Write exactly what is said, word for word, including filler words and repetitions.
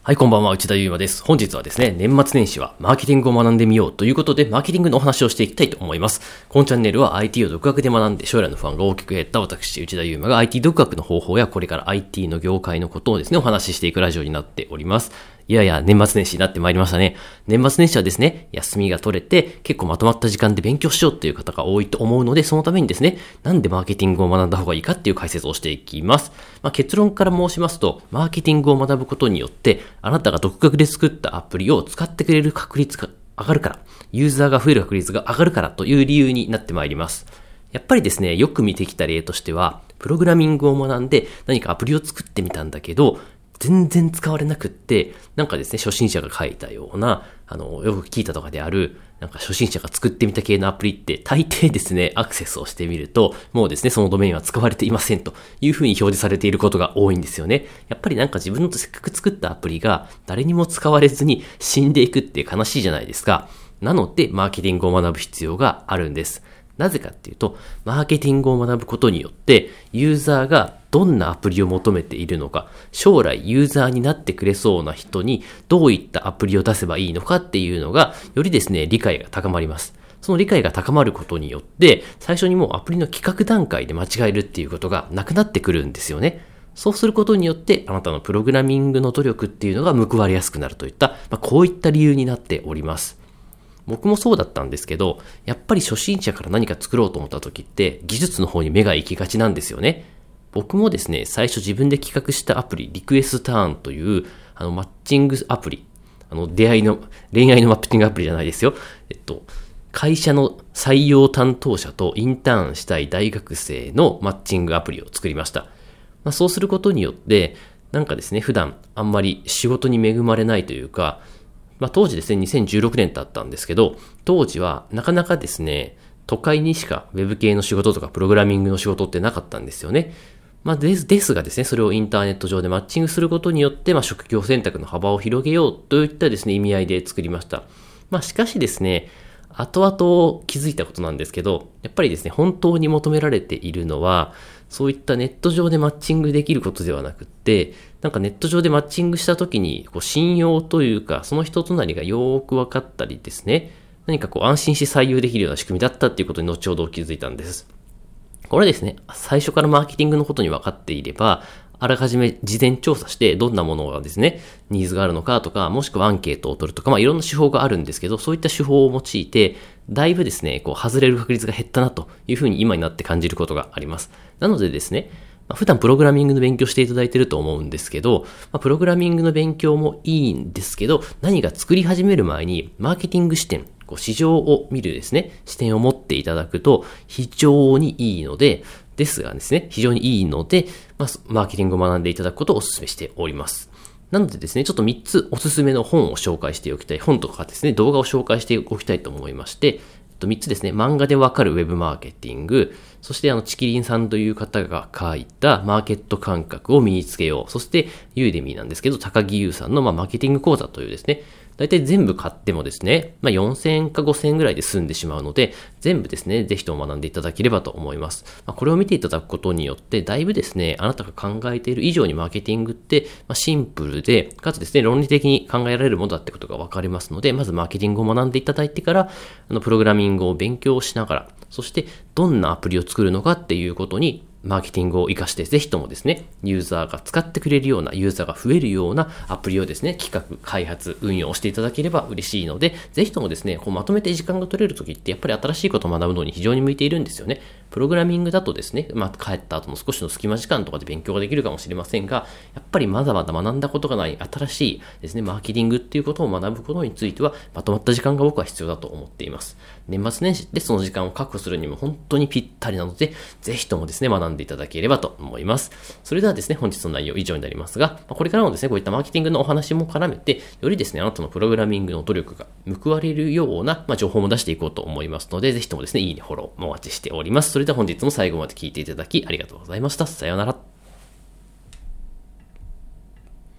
はい、こんばんは、内田祐馬です。本日はですね、年末年始はマーケティングを学んでみようということで、マーケティングのお話をしていきたいと思います。このチャンネルは アイティー を独学で学んで将来の不安が大きく減った私、内田祐馬が アイティー 独学の方法やこれから アイティー の業界のことをですね、お話ししていくラジオになっております。いやいや、年末年始になってまいりましたね。年末年始はですね、休みが取れて、結構まとまった時間で勉強しようという方が多いと思うので、そのためにですね、なんでマーケティングを学んだ方がいいかっていう解説をしていきます。まあ、結論から申しますと、マーケティングを学ぶことによって、あなたが独学で作ったアプリを使ってくれる確率が上がるから、ユーザーが増える確率が上がるからという理由になってまいります。やっぱりですね、よく見てきた例としては、プログラミングを学んで何かアプリを作ってみたんだけど、全然使われなくって、なんかですね、初心者が書いたような、あの、よく聞いたとかである、なんか初心者が作ってみた系のアプリって、大抵ですね、アクセスをしてみると、もうですね、そのドメインは使われていませんというふうに表示されていることが多いんですよね。やっぱりなんか自分のせっかく作ったアプリが誰にも使われずに死んでいくって悲しいじゃないですか。なので、マーケティングを学ぶ必要があるんです。なぜかっていうと、マーケティングを学ぶことによって、ユーザーがどんなアプリを求めているのか、将来ユーザーになってくれそうな人にどういったアプリを出せばいいのかっていうのが、よりですね、理解が高まります。その理解が高まることによって、最初にもうアプリの企画段階で間違えるっていうことがなくなってくるんですよね。そうすることによって、あなたのプログラミングの努力っていうのが報われやすくなるといった、まあ、こういった理由になっております。僕もそうだったんですけど、やっぱり初心者から何か作ろうと思った時って、技術の方に目が行きがちなんですよね。僕もですね、最初自分で企画したアプリ、リクエスターンという、あの、マッチングアプリ、あの、出会いの、恋愛のマッチングアプリじゃないですよ。えっと、会社の採用担当者とインターンしたい大学生のマッチングアプリを作りました。まあ、そうすることによって、なんかですね、普段あんまり仕事に恵まれないというか、まあ、当時ですね、にせんじゅうろくねんだったんですけど、当時はなかなかですね、都会にしかウェブ系の仕事とかプログラミングの仕事ってなかったんですよね。まあ、ですですがですね、それをインターネット上でマッチングすることによって、まあ、職業選択の幅を広げようといったですね、意味合いで作りました。まあ、しかしですね、後々気づいたことなんですけど、やっぱりですね、本当に求められているのは、そういったネット上でマッチングできることではなくって、なんかネット上でマッチングした時に、こう信用というか、その人となりがよーく分かったりですね、何かこう安心して採用できるような仕組みだったっていうことに後ほど気づいたんです。これですね、最初からマーケティングのことに分かっていれば、あらかじめ事前調査してどんなものがですね、ニーズがあるのかとか、もしくはアンケートを取るとか、まあいろんな手法があるんですけど、そういった手法を用いて、だいぶですね、こう外れる確率が減ったなというふうに今になって感じることがあります。なのでですね、まあ、普段プログラミングの勉強していただいていると思うんですけど、まあ、プログラミングの勉強もいいんですけど、何か作り始める前にマーケティング視点、こう市場を見るですね、視点を持っていただくと非常にいいので、ですがですね、非常にいいので、まあ、マーケティングを学んでいただくことをお勧めしております。なのでですね、ちょっとみっつおすすめの本を紹介しておきたい、本とかですね、動画を紹介しておきたいと思いまして、みっつですね、漫画でわかるウェブマーケティング、そしてあの、チキリンさんという方が書いたマーケット感覚を身につけよう。そして、ユーデミーなんですけど、高木優さんのまあマーケティング講座というですね、だいたい全部買ってもですね、まあ、よんせんえんかごせんえんぐらいで済んでしまうので、全部ですね、ぜひとも学んでいただければと思います。まあ、これを見ていただくことによって、だいぶですね、あなたが考えている以上にマーケティングって、まあ、シンプルで、かつですね、論理的に考えられるものだってことが分かりますので、まずマーケティングを学んでいただいてから、あの、プログラミングを勉強しながら、そして、どんなアプリを作るのかっていうことに、マーケティングを活かして、ぜひともですね、ユーザーが使ってくれるような、ユーザーが増えるようなアプリをですね、企画、開発、運用していただければ嬉しいので、ぜひともですね、こうまとめて時間が取れるときって、やっぱり新しいことを学ぶのに非常に向いているんですよね。プログラミングだとですね、まあ、帰った後の少しの隙間時間とかで勉強ができるかもしれませんが、やっぱりまだまだ学んだことがない新しいですね、マーケティングっていうことを学ぶことについては、まとまった時間が僕は必要だと思っています。年末年始でその時間を確保するにも本当にぴったりなので、ぜひともですね、学んでいただければと思います。それではですね、本日の内容以上になりますが、これからもですね、こういったマーケティングのお話も絡めて、よりですね、あなたのプログラミングの努力が報われるような、まあ、情報も出していこうと思いますので、ぜひともですね、いいね、フォローお待ちしております。それでは本日も最後まで聞いていただきありがとうございました。さようなら。